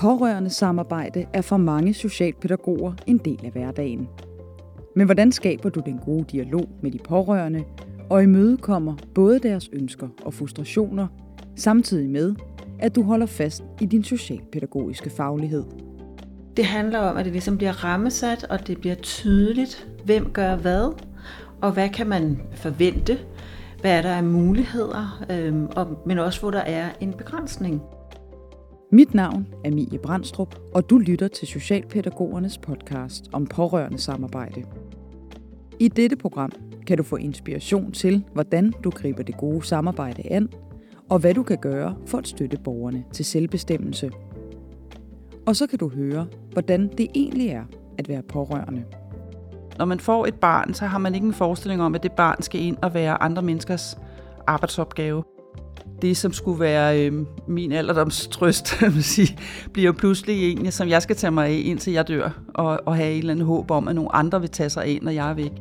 Pårørende samarbejde er for mange socialpædagoger en del af hverdagen. Men hvordan skaber du den gode dialog med de pårørende og imødekommer både deres ønsker og frustrationer, samtidig med, at du holder fast i din socialpædagogiske faglighed? Det handler om, at det ligesom bliver rammesat, og det bliver tydeligt, hvem gør hvad, og hvad kan man forvente, hvad er der af muligheder, men også hvor der er en begrænsning. Mit navn er Mie Brandstrup, og du lytter til Socialpædagogernes podcast om pårørende samarbejde. I dette program kan du få inspiration til, hvordan du griber det gode samarbejde an, og hvad du kan gøre for at støtte borgerne til selvbestemmelse. Og så kan du høre, hvordan det egentlig er at være pårørende. Når man får et barn, så har man ikke en forestilling om, at det barn skal ind og være andre menneskers arbejdsopgave. Det, som skulle være min alderdomstrøst, bliver jo pludselig en, som jeg skal tage mig af, indtil jeg dør, og have et eller andet håb om, at nogle andre vil tage sig af, når jeg er væk.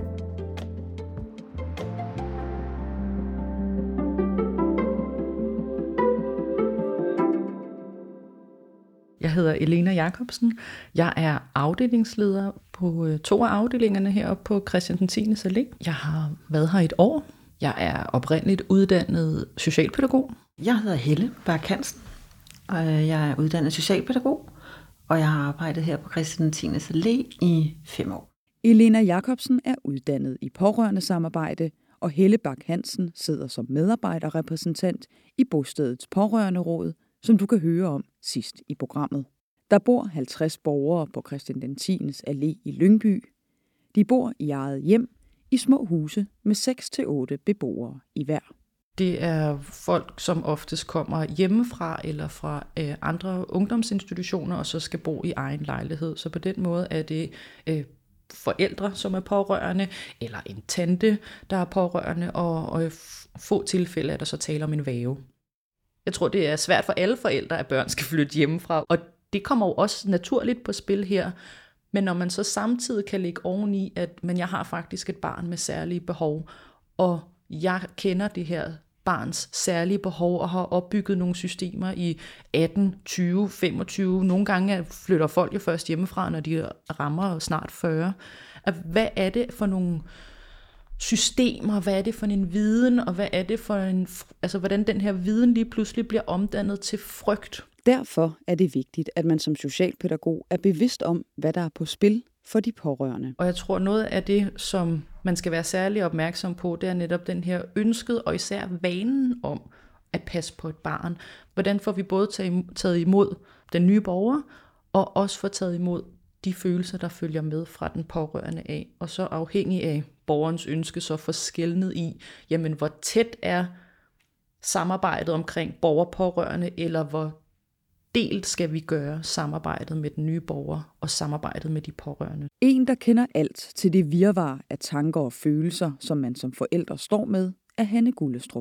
Jeg hedder Elena Jacobsen. Jeg er afdelingsleder på 2 af afdelingerne heroppe på Christian 10. Allé. Jeg har været her et år. Jeg er oprindeligt uddannet socialpædagog. Jeg hedder Helle Bak Hansen, og jeg er uddannet socialpædagog, og jeg har arbejdet her på Christian 10. Allé i 5 år. Elena Jacobsen er uddannet i pårørende samarbejde, og Helle Bak Hansen sidder som medarbejderrepræsentant i bostedets pårørenderåd, som du kan høre om sidst i programmet. Der bor 50 borgere på Christian 10. Allé i Lyngby. De bor i eget hjem i små huse med 6-8 beboere i hver. Det er folk, som oftest kommer hjemmefra eller fra andre ungdomsinstitutioner, og så skal bo i egen lejlighed. Så på den måde er det forældre, som er pårørende, eller en tante, der er pårørende, og i få tilfælde er der så tale om en værge. Jeg tror, det er svært for alle forældre, at børn skal flytte hjemmefra, og det kommer jo også naturligt på spil her. Men når man så samtidig kan lægge oveni, at men jeg har faktisk et barn med særlige behov, og jeg kender det her barns særlige behov og har opbygget nogle systemer i 18, 20, 25. Nogle gange flytter folk jo først hjemmefra, når de rammer snart 40. Hvad er det for nogle systemer, hvad er det for en viden, og hvad er det for hvordan den her viden lige pludselig bliver omdannet til frygt? Derfor er det vigtigt, at man som socialpædagog er bevidst om, hvad der er på spil for de pårørende. Og jeg tror, noget af det, som man skal være særlig opmærksom på, det er netop den her ønsket og især vanen om at passe på et barn. Hvordan får vi både taget imod den nye borger, og også får taget imod de følelser, der følger med fra den pårørende af. Og så afhængig af borgerens ønske, så får skelnet i, jamen hvor tæt er samarbejdet omkring borgerpårørende, eller hvor delt skal vi gøre samarbejdet med den nye borger og samarbejdet med de pårørende. En, der kender alt til det virvar af tanker og følelser, som man som forældre står med, er Hanne Gullestrup.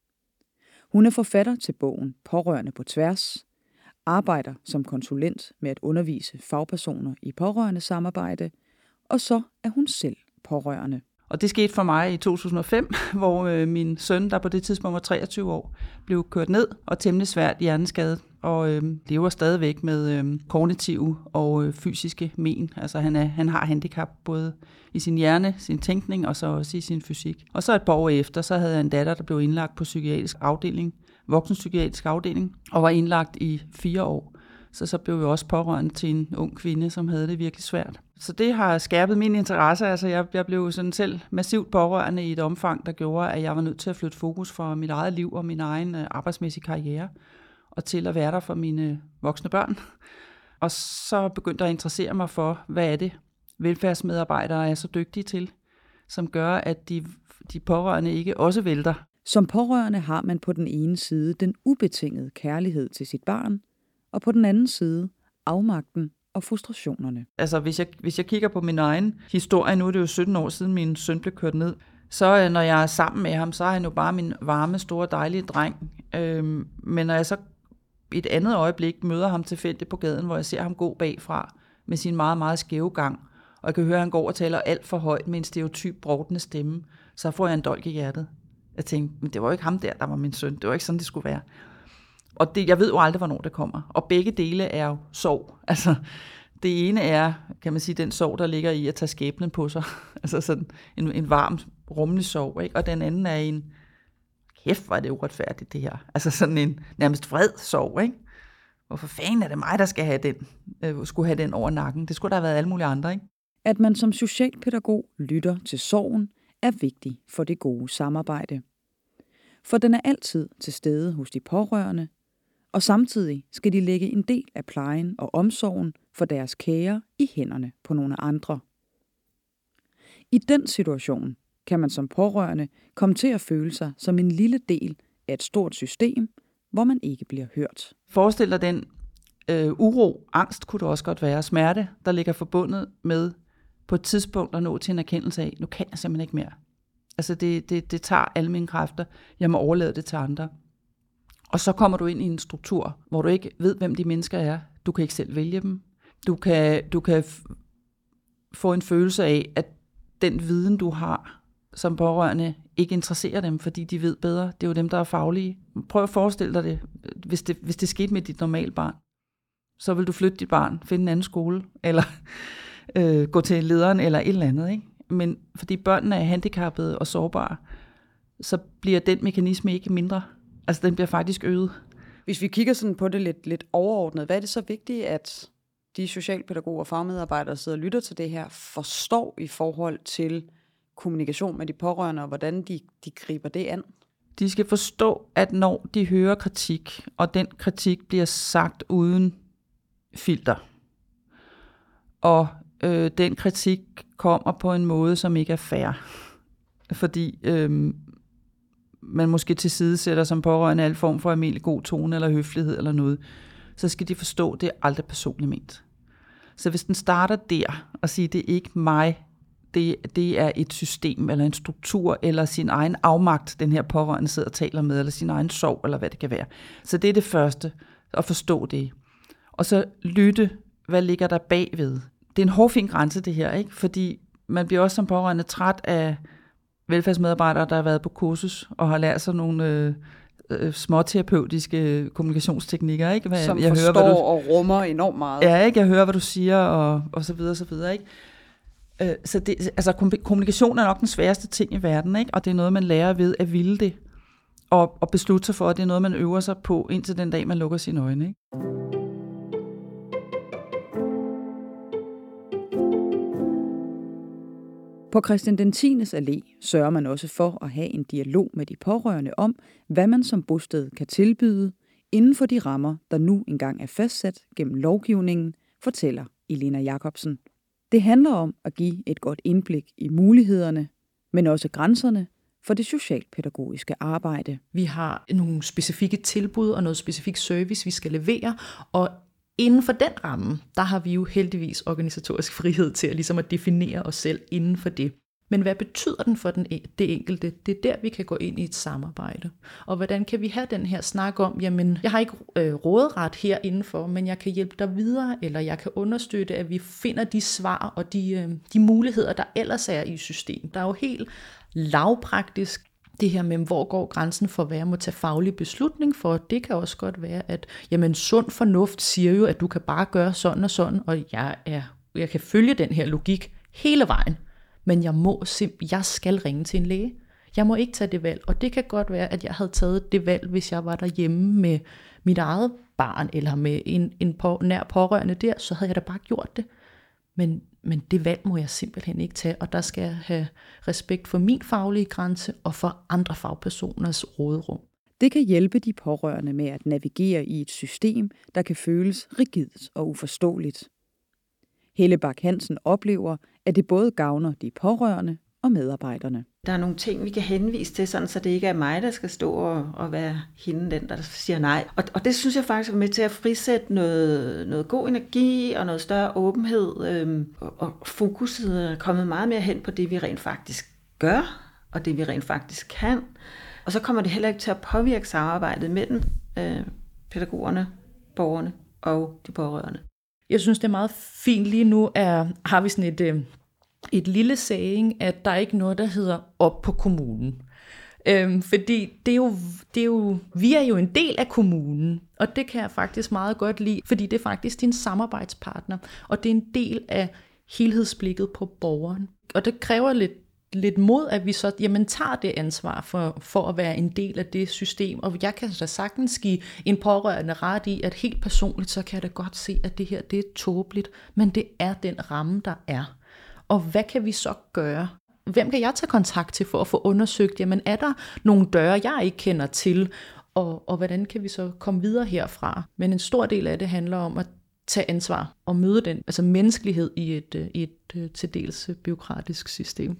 Hun er forfatter til bogen Pårørende på tværs, arbejder som konsulent med at undervise fagpersoner i pårørende samarbejde, og så er hun selv pårørende. Og det skete for mig i 2005, hvor min søn, der på det tidspunkt var 23 år, blev kørt ned og temmelig svært hjerneskadet, og lever stadigvæk med kognitive og fysiske men. Altså han har handicap både i sin hjerne, sin tænkning og så også i sin fysik. Og så et par år efter, så havde jeg en datter, der blev indlagt på psykiatrisk afdeling, voksenpsykiatrisk afdeling, og var indlagt i 4 år. Så blev jeg også pårørende til en ung kvinde, som havde det virkelig svært. Så det har skærpet min interesse. Altså jeg blev sådan selv massivt pårørende i et omfang, der gjorde, at jeg var nødt til at flytte fokus fra mit eget liv og min egen arbejdsmæssige karriere, og til at være der for mine voksne børn. Og så begyndte jeg at interessere mig for, hvad er det, velfærdsmedarbejdere er så dygtige til, som gør, at de pårørende ikke også vælter. Som pårørende har man på den ene side den ubetingede kærlighed til sit barn, og på den anden side afmagten og frustrationerne. Altså hvis jeg kigger på min egen historie, nu er det jo 17 år siden min søn blev kørt ned, så når jeg er sammen med ham, så er han jo bare min varme, store, dejlige dreng. Men når jeg så i et andet øjeblik møder ham tilfældigt på gaden, hvor jeg ser ham gå bagfra med sin meget, meget skæve gang, og jeg kan høre, at han går og taler alt for højt med en stereotyp brovtende stemme, så får jeg en dolk i hjertet. Jeg tænkte, men det var jo ikke ham der var min søn. Det var ikke sådan, det skulle være. Og jeg ved jo aldrig, hvornår det kommer. Og begge dele er jo sorg. Altså, det ene er, kan man sige, den sorg, der ligger i at tage skæbnen på sig. Altså sådan en varm, rummelig sorg, ikke? Og den anden er en, kæft, hvor er det uretfærdigt, det her. Altså sådan en nærmest vred sorg, ikke? Hvorfor fanden er det mig, der skal skulle have den over nakken? Det skulle da have været alle mulige andre, ikke? At man som socialpædagog lytter til sorgen, er vigtig for det gode samarbejde. For den er altid til stede hos de pårørende, og samtidig skal de lægge en del af plejen og omsorgen for deres kære i hænderne på nogle andre. I den situation kan man som pårørende komme til at føle sig som en lille del af et stort system, hvor man ikke bliver hørt. Forestil dig den uro, angst kunne det også godt være, smerte, der ligger forbundet med på et tidspunkt at nå til en erkendelse af, nu kan jeg simpelthen ikke mere. Altså det tager alle mine kræfter, jeg må overlade det til andre. Og så kommer du ind i en struktur, hvor du ikke ved, hvem de mennesker er. Du kan ikke selv vælge dem. Du kan få en følelse af, at den viden, du har som pårørende, ikke interesserer dem, fordi de ved bedre. Det er jo dem, der er faglige. Prøv at forestille dig det. Hvis det skete med dit normale barn, så vil du flytte dit barn, finde en anden skole, eller gå til lederen, eller et eller andet, ikke? Men fordi børnene er handicappede og sårbare, så bliver den mekanisme ikke mindre. Altså den bliver faktisk øget. Hvis vi kigger sådan på det lidt overordnet, hvad er det så vigtigt, at de socialpædagoger og fagmedarbejdere, der sidder og lytter til det her, forstår i forhold til kommunikation med de pårørende, og hvordan de griber det an? De skal forstå, at når de hører kritik, og den kritik bliver sagt uden filter, og den kritik kommer på en måde, som ikke er fair, fordi man måske til side sætter som pårørende al form for almindelig god tone eller høflighed eller noget, så skal de forstå, at det er aldrig personligt ment. Så hvis den starter der og siger, det er ikke mig, det er et system eller en struktur eller sin egen afmagt, den her pårørende sidder og taler med, eller sin egen sorg, eller hvad det kan være. Så det er det første, at forstå det. Og så lytte, hvad ligger der bagved. Det er en hårfin grænse det her, ikke? Fordi man bliver også som pårørende træt af velfærdsmedarbejdere, der har været på kursus og har lært sig nogle småterapeutiske kommunikationsteknikker, ikke? Som jeg forstår hører, og rummer enormt meget. Ja, ikke? Jeg hører, hvad du siger, og så videre, så videre, ikke? Så det, altså kommunikation er nok den sværeste ting i verden, ikke? Og det er noget, man lærer ved at ville det, og beslutte sig for, at det er noget, man øver sig på, indtil den dag, man lukker sine øjne, ikke? På Christian den 10. Allé sørger man også for at have en dialog med de pårørende om, hvad man som bosted kan tilbyde, inden for de rammer, der nu engang er fastsat gennem lovgivningen, fortæller Elena Jacobsen. Det handler om at give et godt indblik i mulighederne, men også grænserne for det socialpædagogiske arbejde. Vi har nogle specifikke tilbud og noget specifik service, vi skal levere, og inden for den ramme, der har vi jo heldigvis organisatorisk frihed til ligesom at definere os selv inden for det. Men hvad betyder den for det enkelte? Det er der, vi kan gå ind i et samarbejde. Og hvordan kan vi have den her snak om, jamen, jeg har ikke råderet her indenfor, men jeg kan hjælpe dig videre, eller jeg kan understøtte, at vi finder de svar og de muligheder, der ellers er i systemet. Der er jo helt lavpraktisk det her med, hvor går grænsen for, hvad jeg må tage faglig beslutning for. Det kan også godt være, at jamen, sund fornuft siger jo, at du kan bare gøre sådan og sådan, og jeg kan følge den her logik hele vejen. Men jeg skal ringe til en læge. Jeg må ikke tage det valg, og det kan godt være, at jeg havde taget det valg, hvis jeg var derhjemme med mit eget barn, eller med en nær pårørende der, så havde jeg da bare gjort det. Men det valg må jeg simpelthen ikke tage, og der skal jeg have respekt for min faglige grænse og for andre fagpersoners råderum. Det kan hjælpe de pårørende med at navigere i et system, der kan føles rigidt og uforståeligt. Helle Bak Hansen oplever, at det både gavner de pårørende og medarbejderne. Der er nogle ting, vi kan henvise til, sådan, så det ikke er mig, der skal stå og være hende, den der siger nej. Og det synes jeg faktisk er med til at frisætte noget god energi og noget større åbenhed. Og fokuset er kommet meget mere hen på det, vi rent faktisk gør, og det, vi rent faktisk kan. Og så kommer det heller ikke til at påvirke samarbejdet mellem pædagogerne, borgerne og de pårørende. Jeg synes, det er meget fint. Lige nu har vi sådan et lille saying, at der er ikke noget, der hedder op på kommunen. Fordi vi er jo en del af kommunen, og det kan jeg faktisk meget godt lide, fordi det er faktisk din samarbejdspartner, og det er en del af helhedsblikket på borgeren. Og det kræver lidt mod, at vi så tager det ansvar for at være en del af det system. Og jeg kan da sagtens give en pårørende ret i, at helt personligt, så kan jeg da godt se, at det her det er tåbeligt, men det er den ramme, der er. Og hvad kan vi så gøre? Hvem kan jeg tage kontakt til for at få undersøgt, jamen er der nogle døre, jeg ikke kender til, og hvordan kan vi så komme videre herfra? Men en stor del af det handler om at tage ansvar og møde den, altså menneskelighed i et til dels bureaukratisk system.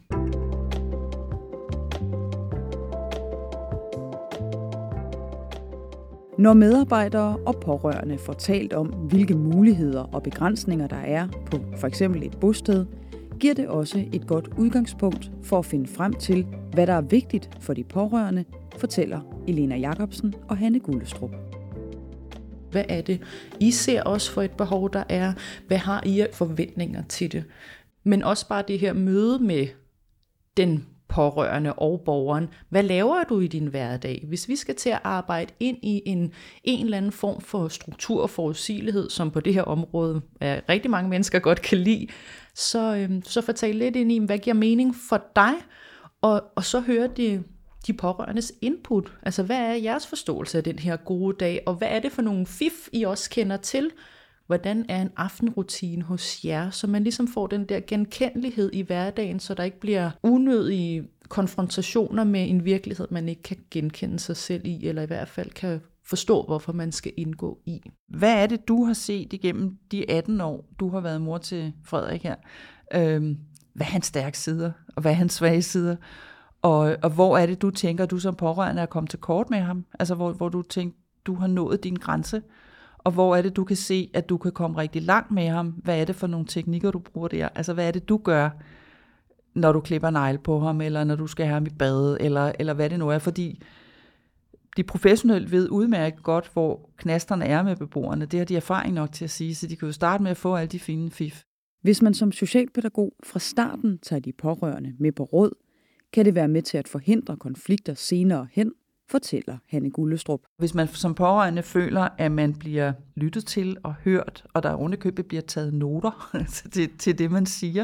Når medarbejdere og pårørende får talt om, hvilke muligheder og begrænsninger der er på for eksempel et bosted, giver det også et godt udgangspunkt for at finde frem til, hvad der er vigtigt for de pårørende, fortæller Elena Jacobsen og Hanne Gullestrup. Hvad er det, I ser også for et behov, der er? Hvad har I forventninger til det? Men også bare det her møde med den pårørende og borgeren. Hvad laver du i din hverdag? Hvis vi skal til at arbejde ind i en eller anden form for struktur og forudsigelighed, som på det her område rigtig mange mennesker godt kan lide, så fortæl lidt ind i, hvad giver mening for dig? Og så hører de pårørendes input. Altså, hvad er jeres forståelse af den her gode dag? Og hvad er det for nogle fif, I også kender til? Hvordan er en aftenrutine hos jer, så man ligesom får den der genkendelighed i hverdagen, så der ikke bliver unødige konfrontationer med en virkelighed, man ikke kan genkende sig selv i, eller i hvert fald kan forstå, hvorfor man skal indgå i. Hvad er det, du har set igennem de 18 år, du har været mor til Frederik her? Hvad er hans stærke sider, og hvad er hans svage sider? Og hvor er det, du tænker, du som pårørende er kommet til kort med ham? Altså, hvor du tænker, du har nået din grænse? Og hvor er det, du kan se, at du kan komme rigtig langt med ham? Hvad er det for nogle teknikker, du bruger der? Altså, hvad er det, du gør, når du klipper negl på ham, eller når du skal have ham i bad, eller hvad det nu er? Fordi de professionelle ved udmærket godt, hvor knasterne er med beboerne. Det har de erfaring nok til at sige, så de kan jo starte med at få alle de fine fif. Hvis man som socialpædagog fra starten tager de pårørende med på råd, kan det være med til at forhindre konflikter senere hen, fortæller Hanne Gullestrup. Hvis man som pårørende føler, at man bliver lyttet til og hørt, og der ovenikøbet bliver taget noter til det, man siger,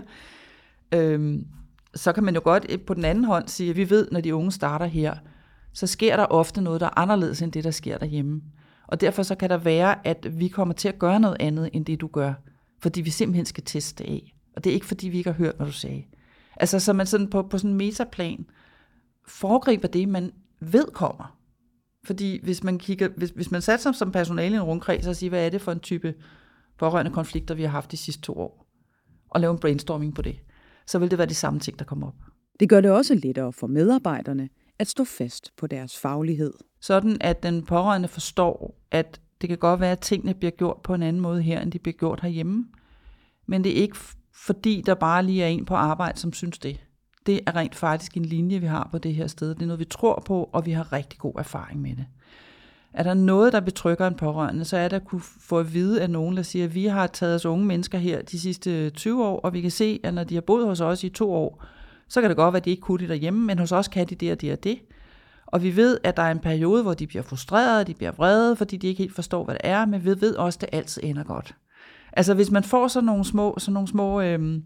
så kan man jo godt på den anden hånd sige, at vi ved, når de unge starter her, så sker der ofte noget, der er anderledes end det, der sker derhjemme. Og derfor så kan der være, at vi kommer til at gøre noget andet, end det du gør, fordi vi simpelthen skal teste af. Og det er ikke, fordi vi ikke har hørt, hvad du sagde. Altså, så man sådan på sådan en metaplan foregriber det, man ved kommer. Fordi hvis man satte sig som personale i en rundkreds og siger, hvad er det for en type pårørende konflikter, vi har haft de sidste 2 år, og lave en brainstorming på det, så vil det være de samme ting, der kommer op. Det gør det også lettere for medarbejderne at stå fast på deres faglighed. Sådan at den pårørende forstår, at det kan godt være, at tingene bliver gjort på en anden måde her, end de bliver gjort herhjemme. Men det er ikke fordi, der bare lige er en på arbejde, som synes det. Det er rent faktisk en linje, vi har på det her sted. Det er noget, vi tror på, og vi har rigtig god erfaring med det. Er der noget, der betrykker en pårørende, så er det at kunne få at vide af nogen, der siger, at vi har taget os unge mennesker her de sidste 20 år, og vi kan se, at når de har boet hos os i 2 år, så kan det godt være, at de ikke kunne det derhjemme, men hos os kan de det og det og det. Og vi ved, at der er en periode, hvor de bliver frustrerede, de bliver vrede, fordi de ikke helt forstår, hvad det er, men vi ved også, at det altid ender godt. Altså hvis man får sådan nogle små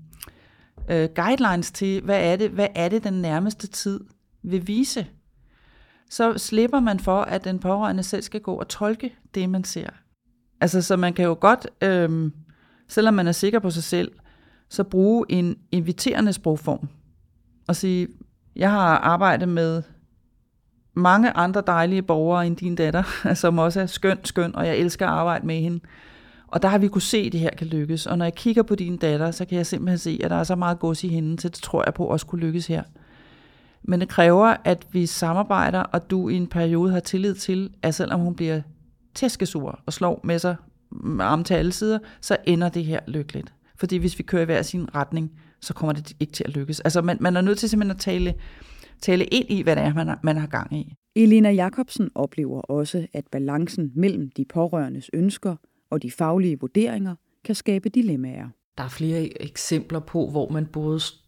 guidelines til, hvad er det den nærmeste tid vil vise, så slipper man for, at den pårørende selv skal gå og tolke det, man ser. Altså så man kan jo godt, selvom man er sikker på sig selv, så bruge en inviterende sprogform og sige, jeg har arbejdet med mange andre dejlige borgere end din datter, som også er skøn, og jeg elsker at arbejde med hende. Og der har vi kunne se, at det her kan lykkes. Og når jeg kigger på din datter, så kan jeg simpelthen se, at der er så meget gods i hende, så det tror jeg på også kunne lykkes her. Men det kræver, at vi samarbejder, og du i en periode har tillid til, at selvom hun bliver tæskesur og slår med sig arm til alle sider, så ender det her lykkeligt. Fordi hvis vi kører i hver sin retning, så kommer det ikke til at lykkes. Altså man er nødt til simpelthen at tale ind i, hvad det er, man har gang i. Elena Jacobsen oplever også, at balancen mellem de pårørendes ønsker og de faglige vurderinger kan skabe dilemmaer. Der er flere eksempler på, hvor man både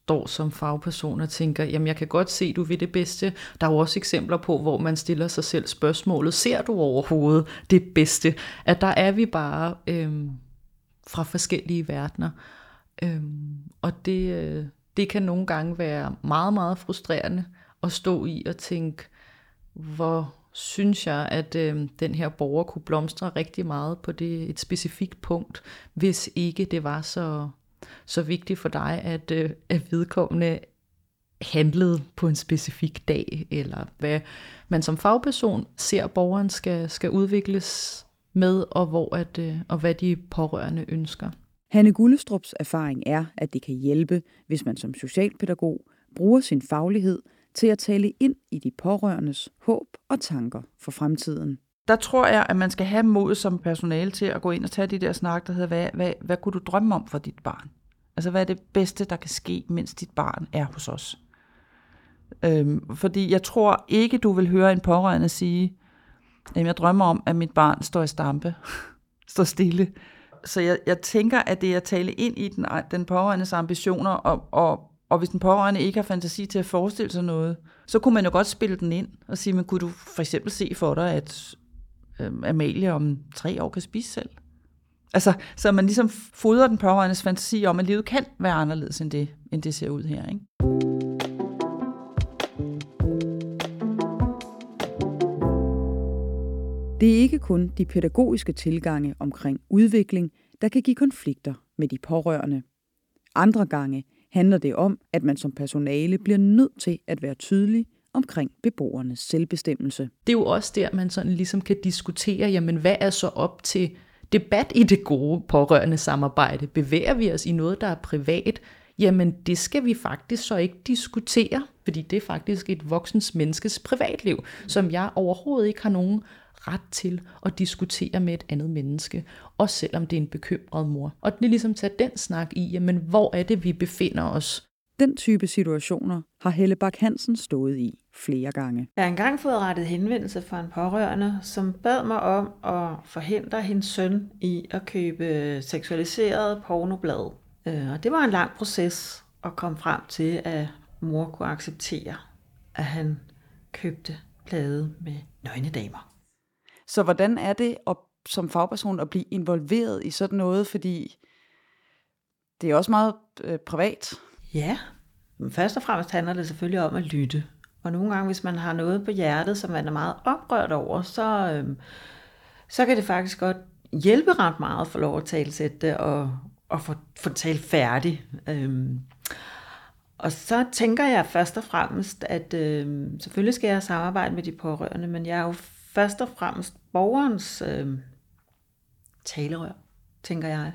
står som fagperson og tænker, jamen jeg kan godt se, du vil det bedste. Der er jo også eksempler på, hvor man stiller sig selv spørgsmålet, ser du overhovedet det bedste? At der er vi bare fra forskellige verdener. Og det kan nogle gange være meget, meget frustrerende at stå i og tænke, hvor synes jeg, at den her borger kunne blomstre rigtig meget på et specifikt punkt, hvis ikke det var så vigtigt for dig, at vedkommende handlede på en specifik dag, eller hvad man som fagperson ser borgeren skal udvikles med, og hvad de pårørende ønsker. Hanne Gullestrups erfaring er, at det kan hjælpe, hvis man som socialpædagog bruger sin faglighed til at tale ind i de pårørendes håb og tanker for fremtiden. Der tror jeg, at man skal have mod som personale til at gå ind og tage de der snak, der hedder, hvad kunne du drømme om for dit barn? Altså, hvad er det bedste, der kan ske, mens dit barn er hos os? Fordi jeg tror ikke, du vil høre en pårørende sige, at jeg drømmer om, at mit barn står i stampe, står stille. Så jeg tænker, at det er at tale ind i den pårørendes ambitioner, og hvis den pårørende ikke har fantasi til at forestille sig noget, så kunne man jo godt spille den ind og sige, men kunne du for eksempel se for dig, at Amalie om 3 år kan spise selv? Altså, så man ligesom fodrer den pårørendes fantasi om, at livet kan være anderledes end det ser ud her, ikke? Det er ikke kun de pædagogiske tilgange omkring udvikling, der kan give konflikter med de pårørende. Andre gange handler det om, at man som personale bliver nødt til at være tydelig omkring beboernes selvbestemmelse. Det er jo også der, man sådan ligesom kan diskutere, jamen hvad er så op til debat i det gode pårørende samarbejde? Bevæger vi os i noget, der er privat? Jamen det skal vi faktisk så ikke diskutere, fordi det er faktisk et voksens menneskes privatliv, som jeg overhovedet ikke har nogen ret til at diskutere med et andet menneske, også selvom det er en bekymret mor. Og det er ligesom tage den snak i, jamen hvor er det, vi befinder os? Den type situationer har Helle Bak Hansen stået i flere gange. Jeg har engang fået rettet henvendelse fra en pårørende, som bad mig om at forhindre hendes søn i at købe seksualiseret pornoblad. Og det var en lang proces at komme frem til, at mor kunne acceptere, at han købte blade med nøgne damer. Så hvordan er det som fagperson at blive involveret i sådan noget, fordi det er også meget privat? Ja, men først og fremmest handler det selvfølgelig om at lytte. Og nogle gange, hvis man har noget på hjertet, som man er meget oprørt over, så kan det faktisk godt hjælpe ret meget at få lov at talsætte det og få talt færdigt. Og så tænker jeg først og fremmest, at selvfølgelig skal jeg samarbejde med de pårørende, men jeg er jo først og fremmest borgerens talerør, tænker jeg.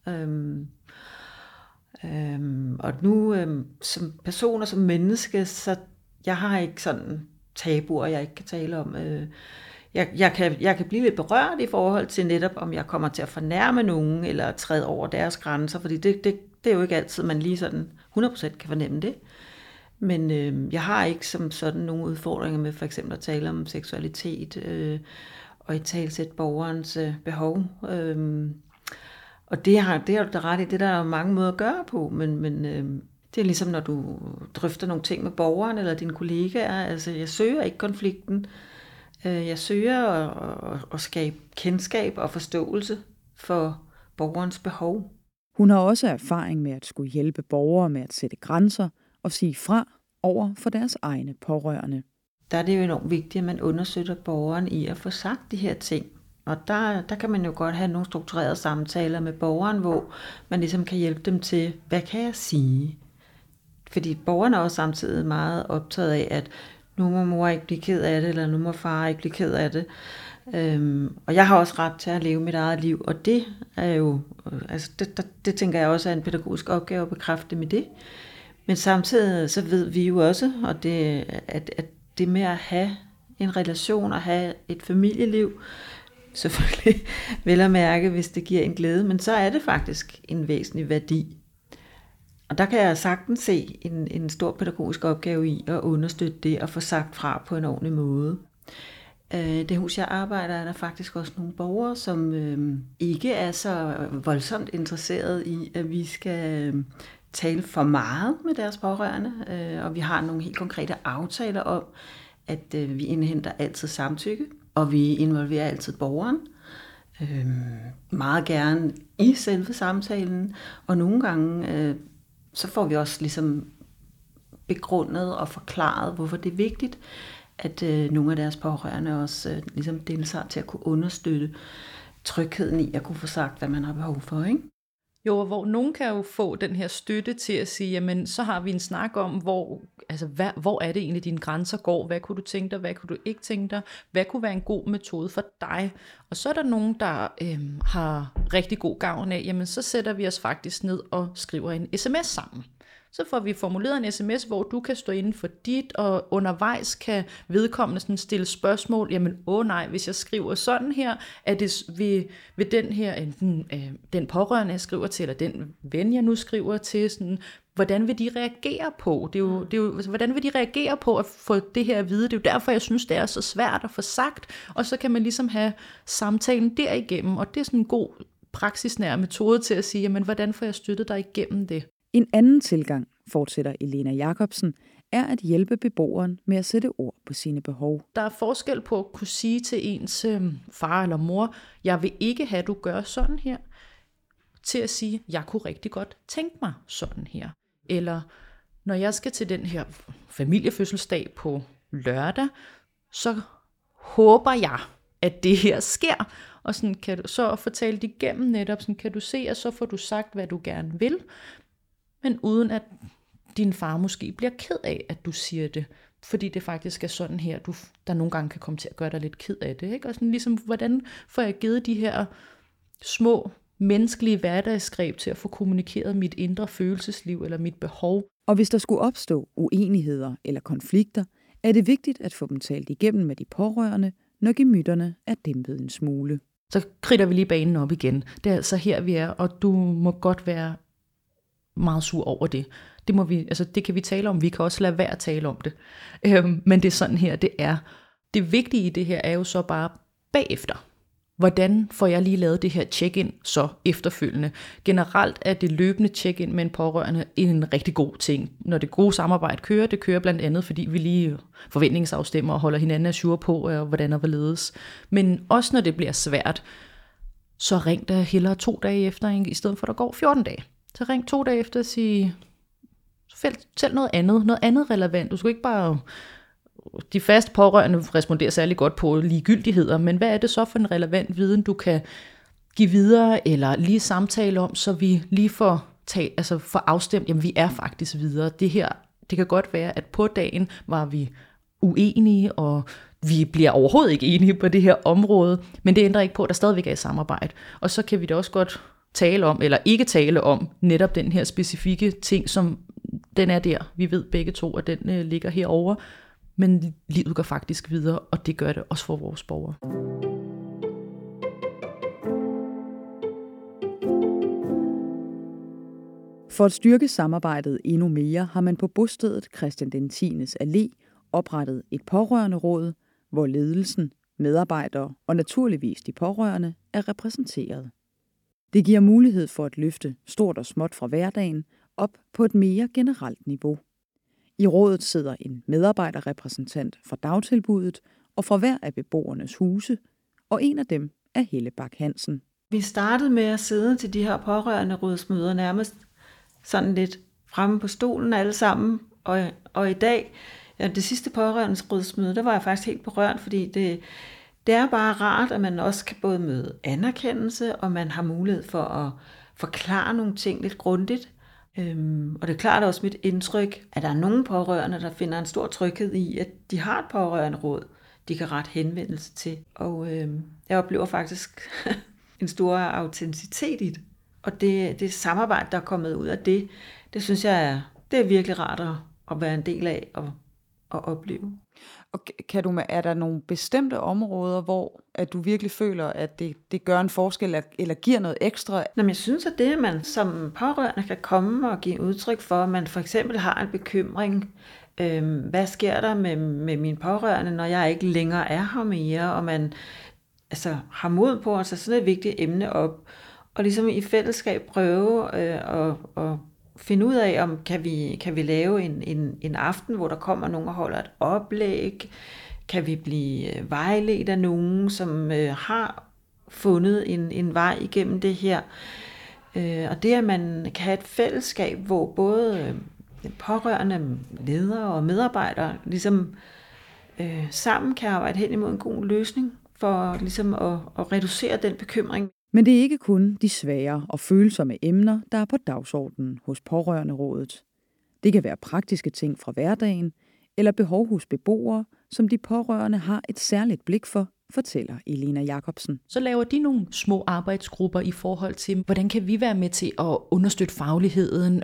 Og nu som person og som menneske, så jeg har ikke sådan tabuer, jeg ikke kan tale om. Jeg kan blive lidt berørt i forhold til netop, om jeg kommer til at fornærme nogen, eller træde over deres grænser, fordi det er jo ikke altid, man lige sådan 100% kan fornemme det. Men jeg har ikke som sådan nogle udfordringer med for eksempel at tale om seksualitet og i talsæt borgerens behov. Og det har du da ret i, det der er mange måder at gøre på, men det er ligesom når du drøfter nogle ting med borgeren eller dine kollegaer. Altså jeg søger ikke konflikten. Jeg søger at skabe kendskab og forståelse for borgerens behov. Hun har også erfaring med at skulle hjælpe borgere med at sætte grænser og sige fra over for deres egne pårørende. Der er det jo enormt vigtigt, at man understøtter borgeren i at få sagt de her ting. Og der kan man jo godt have nogle strukturerede samtaler med borgeren, hvor man ligesom kan hjælpe dem til, hvad kan jeg sige? Fordi borgeren er også samtidig meget optaget af, at nu må mor ikke blive ked af det, eller nu må far ikke blive ked af det. Og jeg har også ret til at leve mit eget liv, og det er jo, altså det tænker jeg også er en pædagogisk opgave at bekræfte med det. Men samtidig så ved vi jo også, og at det med at have en relation og have et familieliv, selvfølgelig vel at mærke, hvis det giver en glæde, men så er det faktisk en væsentlig værdi. Og der kan jeg sagtens se en stor pædagogisk opgave i at understøtte det og få sagt fra på en ordentlig måde. Det hus, jeg arbejder, er der faktisk også nogle borgere, som ikke er så voldsomt interesseret i, at vi skal tale for meget med deres pårørende, og vi har nogle helt konkrete aftaler om, at vi indhenter altid samtykke, og vi involverer altid borgeren, meget gerne i selve samtalen, og nogle gange så får vi også ligesom begrundet og forklaret, hvorfor det er vigtigt, at nogle af deres pårørende også ligesom deltager til at kunne understøtte trygheden i at kunne få sagt, hvad man har behov for, ikke? Jo, hvor nogen kan jo få den her støtte til at sige, jamen så har vi en snak om, hvor er det egentlig dine grænser går, hvad kunne du tænke dig, hvad kunne du ikke tænke dig, hvad kunne være en god metode for dig. Og så er der nogen, der har rigtig god gavn af, jamen så sætter vi os faktisk ned og skriver en sms sammen. Så får vi formuleret en sms, hvor du kan stå inden for dit, og undervejs kan vedkommende sådan stille spørgsmål. Jamen, nej, hvis jeg skriver sådan her, er det ved den her, enten den pårørende, jeg skriver til, eller den ven, jeg nu skriver til, sådan, hvordan vil de reagere på? Det er jo, hvordan vil de reagere på at få det her at vide? Det er jo derfor, jeg synes, det er så svært at få sagt, og så kan man ligesom have samtalen derigennem, og det er sådan en god praksisnær metode til at sige, jamen, hvordan får jeg støttet dig igennem det? En anden tilgang, fortsætter Elena Jacobsen, er at hjælpe beboeren med at sætte ord på sine behov. Der er forskel på at kunne sige til ens far eller mor, jeg vil ikke have, at du gør sådan her, til at sige, jeg kunne rigtig godt tænke mig sådan her. Eller når jeg skal til den her familiefødselsdag på lørdag, så håber jeg, at det her sker. Og sådan kan du så fortælle det igennem netop, sådan kan du se, at så får du sagt, hvad du gerne vil, men uden at din far måske bliver ked af, at du siger det, fordi det faktisk er sådan her, der nogle gange kan komme til at gøre dig lidt ked af det, ikke? Og sådan ligesom, hvordan får jeg givet de her små menneskelige hverdagsgreb til at få kommunikeret mit indre følelsesliv eller mit behov. Og hvis der skulle opstå uenigheder eller konflikter, er det vigtigt at få dem talt igennem med de pårørende, når gemytterne er dæmpet en smule. Så kridter vi lige banen op igen. Det er altså her, vi er, og du må godt være meget sur over det. Det kan vi tale om, vi kan også lade være at tale om det. Men det er sådan her, det er. Det vigtige i det her er jo så bare bagefter. Hvordan får jeg lige lavet det her check-in så efterfølgende? Generelt er det løbende check-in med en pårørende en rigtig god ting. Når det gode samarbejde kører, det kører blandt andet, fordi vi lige forventningsafstemmer og holder hinanden ajour på, hvordan og hvorledes. Men også når det bliver svært, så ring der hellere 2 dage efter, i stedet for at der går 14 dage. Så ring 2 dage efter og sige, selv noget andet relevant. Du skal ikke bare, de faste pårørende responderer særlig godt på ligegyldigheder, men hvad er det så for en relevant viden, du kan give videre, eller lige samtale om, så vi lige får afstemt, jamen vi er faktisk videre. Det kan godt være, at på dagen var vi uenige, og vi bliver overhovedet ikke enige på det her område, men det ændrer ikke på, at der stadigvæk er et samarbejde. Og så kan vi da også godt tale om, eller ikke tale om, netop den her specifikke ting, som den er der. Vi ved begge to, at den ligger herovre, men livet går faktisk videre, og det gør det også for vores borgere. For at styrke samarbejdet endnu mere, har man på bostedet Christian X Allé oprettet et pårørenderåd, hvor ledelsen, medarbejdere og naturligvis de pårørende er repræsenteret. Det giver mulighed for at løfte stort og småt fra hverdagen op på et mere generelt niveau. I rådet sidder en medarbejderrepræsentant fra dagtilbuddet og fra hver af beboernes huse, og en af dem er Helle Bak Hansen. Vi startede med at sidde til de her pårørende rådsmøder nærmest sådan lidt fremme på stolen alle sammen, og i dag, det sidste pårørende rådsmøde, der var jeg faktisk helt berørt, fordi det er bare rart, at man også kan både møde anerkendelse, og man har mulighed for at forklare nogle ting lidt grundigt. Og det er klart også mit indtryk, at der er nogle pårørende, der finder en stor tryghed i, at de har et pårørende råd, de kan rette henvendelse til. Og jeg oplever faktisk en stor autenticitet i det. Og det samarbejde, der er kommet ud af det synes jeg det er virkelig rart at være en del af og opleve. Og er der nogle bestemte områder, hvor at du virkelig føler, at det gør en forskel, eller giver noget ekstra? Jamen, jeg synes, at det, man som pårørende kan komme og give udtryk for, at man for eksempel har en bekymring, hvad sker der med mine pårørende, når jeg ikke længere er her mere, og man har mod på at tage sådan et vigtigt emne op, og ligesom i fællesskab prøve at finde ud af, om kan vi lave en aften, hvor der kommer nogen og holder et oplæg. Kan vi blive vejledt af nogen, som har fundet en vej igennem det her. Og det, at man kan have et fællesskab, hvor både pårørende, ledere og medarbejdere ligesom sammen kan arbejde hen imod en god løsning for ligesom at reducere den bekymring. Men det er ikke kun de svære og følsomme emner, der er på dagsordenen hos Pårørenderådet. Det kan være praktiske ting fra hverdagen, eller behov hos beboere, som de pårørende har et særligt blik for, fortæller Elena Jacobsen. Så laver de nogle små arbejdsgrupper i forhold til, hvordan kan vi være med til at understøtte fagligheden?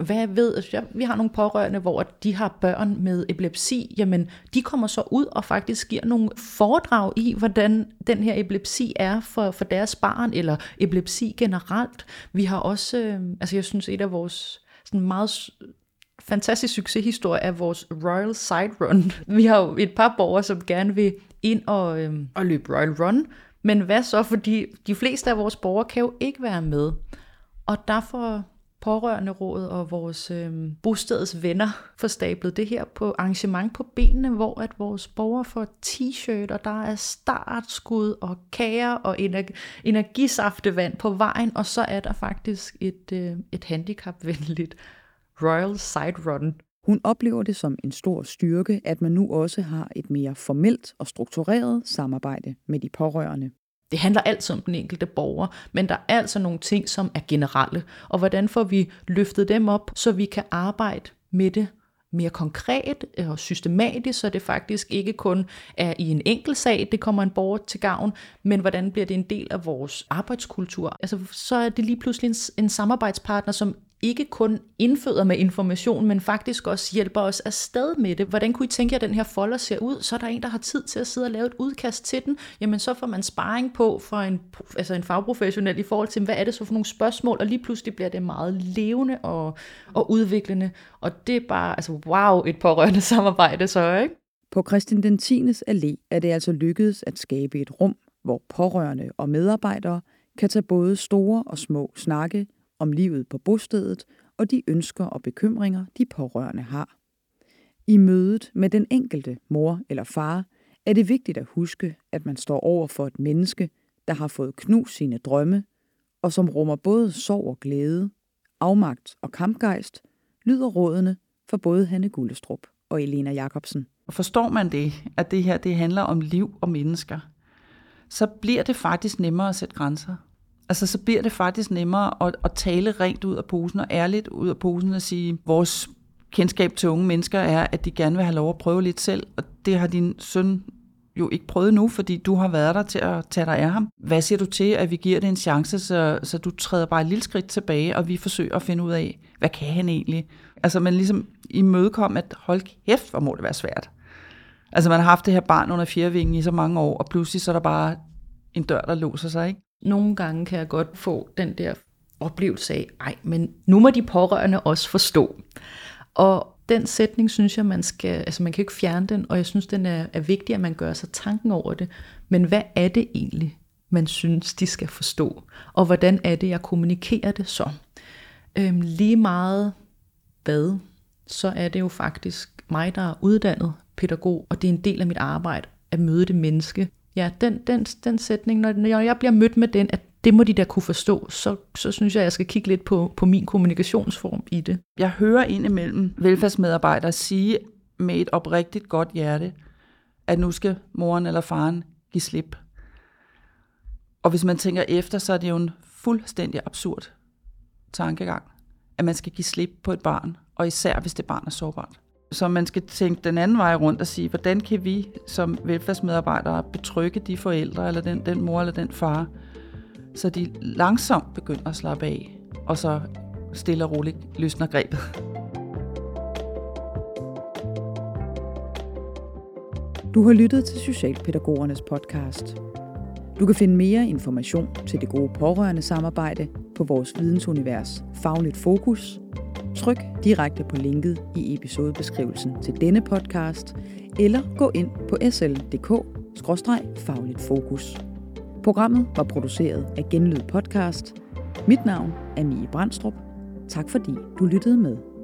Vi har nogle pårørende, hvor de har børn med epilepsi. Jamen, de kommer så ud og faktisk giver nogle foredrag i, hvordan den her epilepsi er for deres barn, eller epilepsi generelt. Vi har også, jeg synes, et af vores sådan meget fantastisk succeshistorie er vores Royal Side Run. Vi har jo et par borgere, som gerne vil ind og løbe Royal Run, men hvad så, fordi de fleste af vores borgere kan jo ikke være med. Og derfor Pårørenderådet og vores bostedets venner får stablet det her på arrangement på benene, hvor at vores borgere får t-shirt, og der er startskud og kager og energisaftevand på vejen, og så er der faktisk et handicapvenligt Royal Side Run. Hun oplever det som en stor styrke, at man nu også har et mere formelt og struktureret samarbejde med de pårørende. Det handler altid om den enkelte borger, men der er altså nogle ting, som er generelle. Og hvordan får vi løftet dem op, så vi kan arbejde med det mere konkret og systematisk, så det faktisk ikke kun er i en enkelt sag, det kommer en borger til gavn, men hvordan bliver det en del af vores arbejdskultur? Altså, så er det lige pludselig en samarbejdspartner, som ikke kun indføder med information, men faktisk også hjælper os afsted med det. Hvordan kunne I tænke jer, at den her folder ser ud? Så er der en, der har tid til at sidde og lave et udkast til den. Jamen, så får man sparring på for en fagprofessionel i forhold til, hvad er det så for nogle spørgsmål, og lige pludselig bliver det meget levende og udviklende. Og det er bare, wow, et pårørende samarbejde så, ikke? På Christian X Allé er det altså lykkedes at skabe et rum, hvor pårørende og medarbejdere kan tage både store og små snakke om livet på bostedet og de ønsker og bekymringer, de pårørende har. I mødet med den enkelte mor eller far er det vigtigt at huske, at man står over for et menneske, der har fået knust sine drømme, og som rummer både sorg og glæde, afmagt og kampgejst, lyder rådene for både Hanne Gullestrup og Elena Jacobsen. Forstår man det, at det her det handler om liv og mennesker, så bliver det faktisk nemmere at sætte grænser. Altså, så bliver det faktisk nemmere at tale rent ud af posen og ærligt ud af posen og sige, vores kendskab til unge mennesker er, at de gerne vil have lov at prøve lidt selv, og det har din søn jo ikke prøvet nu, fordi du har været der til at tage dig af ham. Hvad siger du til, at vi giver det en chance, så du træder bare et lille skridt tilbage, og vi forsøger at finde ud af, hvad kan han egentlig? Altså, man ligesom imødekom, at hold kæft, hvor må det være svært. Altså, man har haft det her barn under fjervingen i så mange år, og pludselig så er der bare en dør, der låser sig, ikke? Nogle gange kan jeg godt få den der oplevelse af, men nu må de pårørende også forstå. Og den sætning, synes jeg, man kan ikke fjerne den, og jeg synes, den er vigtig, at man gør sig tanken over det. Men hvad er det egentlig, man synes, de skal forstå? Og hvordan er det, jeg kommunikerer det så? Lige meget hvad, så er det jo faktisk mig, der er uddannet pædagog, og det er en del af mit arbejde at møde det menneske. Ja, den sætning, når jeg bliver mødt med den, at det må de da kunne forstå, så synes jeg skal kigge lidt på min kommunikationsform i det. Jeg hører indimellem velfærdsmedarbejdere sige med et oprigtigt godt hjerte, at nu skal moren eller faren give slip. Og hvis man tænker efter, så er det jo en fuldstændig absurd tankegang, at man skal give slip på et barn, og især hvis det barn er sårbart. Så man skal tænke den anden vej rundt og sige, hvordan kan vi som velfærdsmedarbejdere betrygge de forældre, eller den mor eller den far, så de langsomt begynder at slappe af, og så stille og roligt løsner grebet. Du har lyttet til Socialpædagogernes podcast. Du kan finde mere information til det gode pårørende samarbejde på vores vidensunivers Fagligt Fokus. Tryk direkte på linket i episodebeskrivelsen til denne podcast, eller gå ind på sl.dk/fagligt fokus. Programmet var produceret af Genlyd Podcast. Mit navn er Mie Brandstrup. Tak fordi du lyttede med.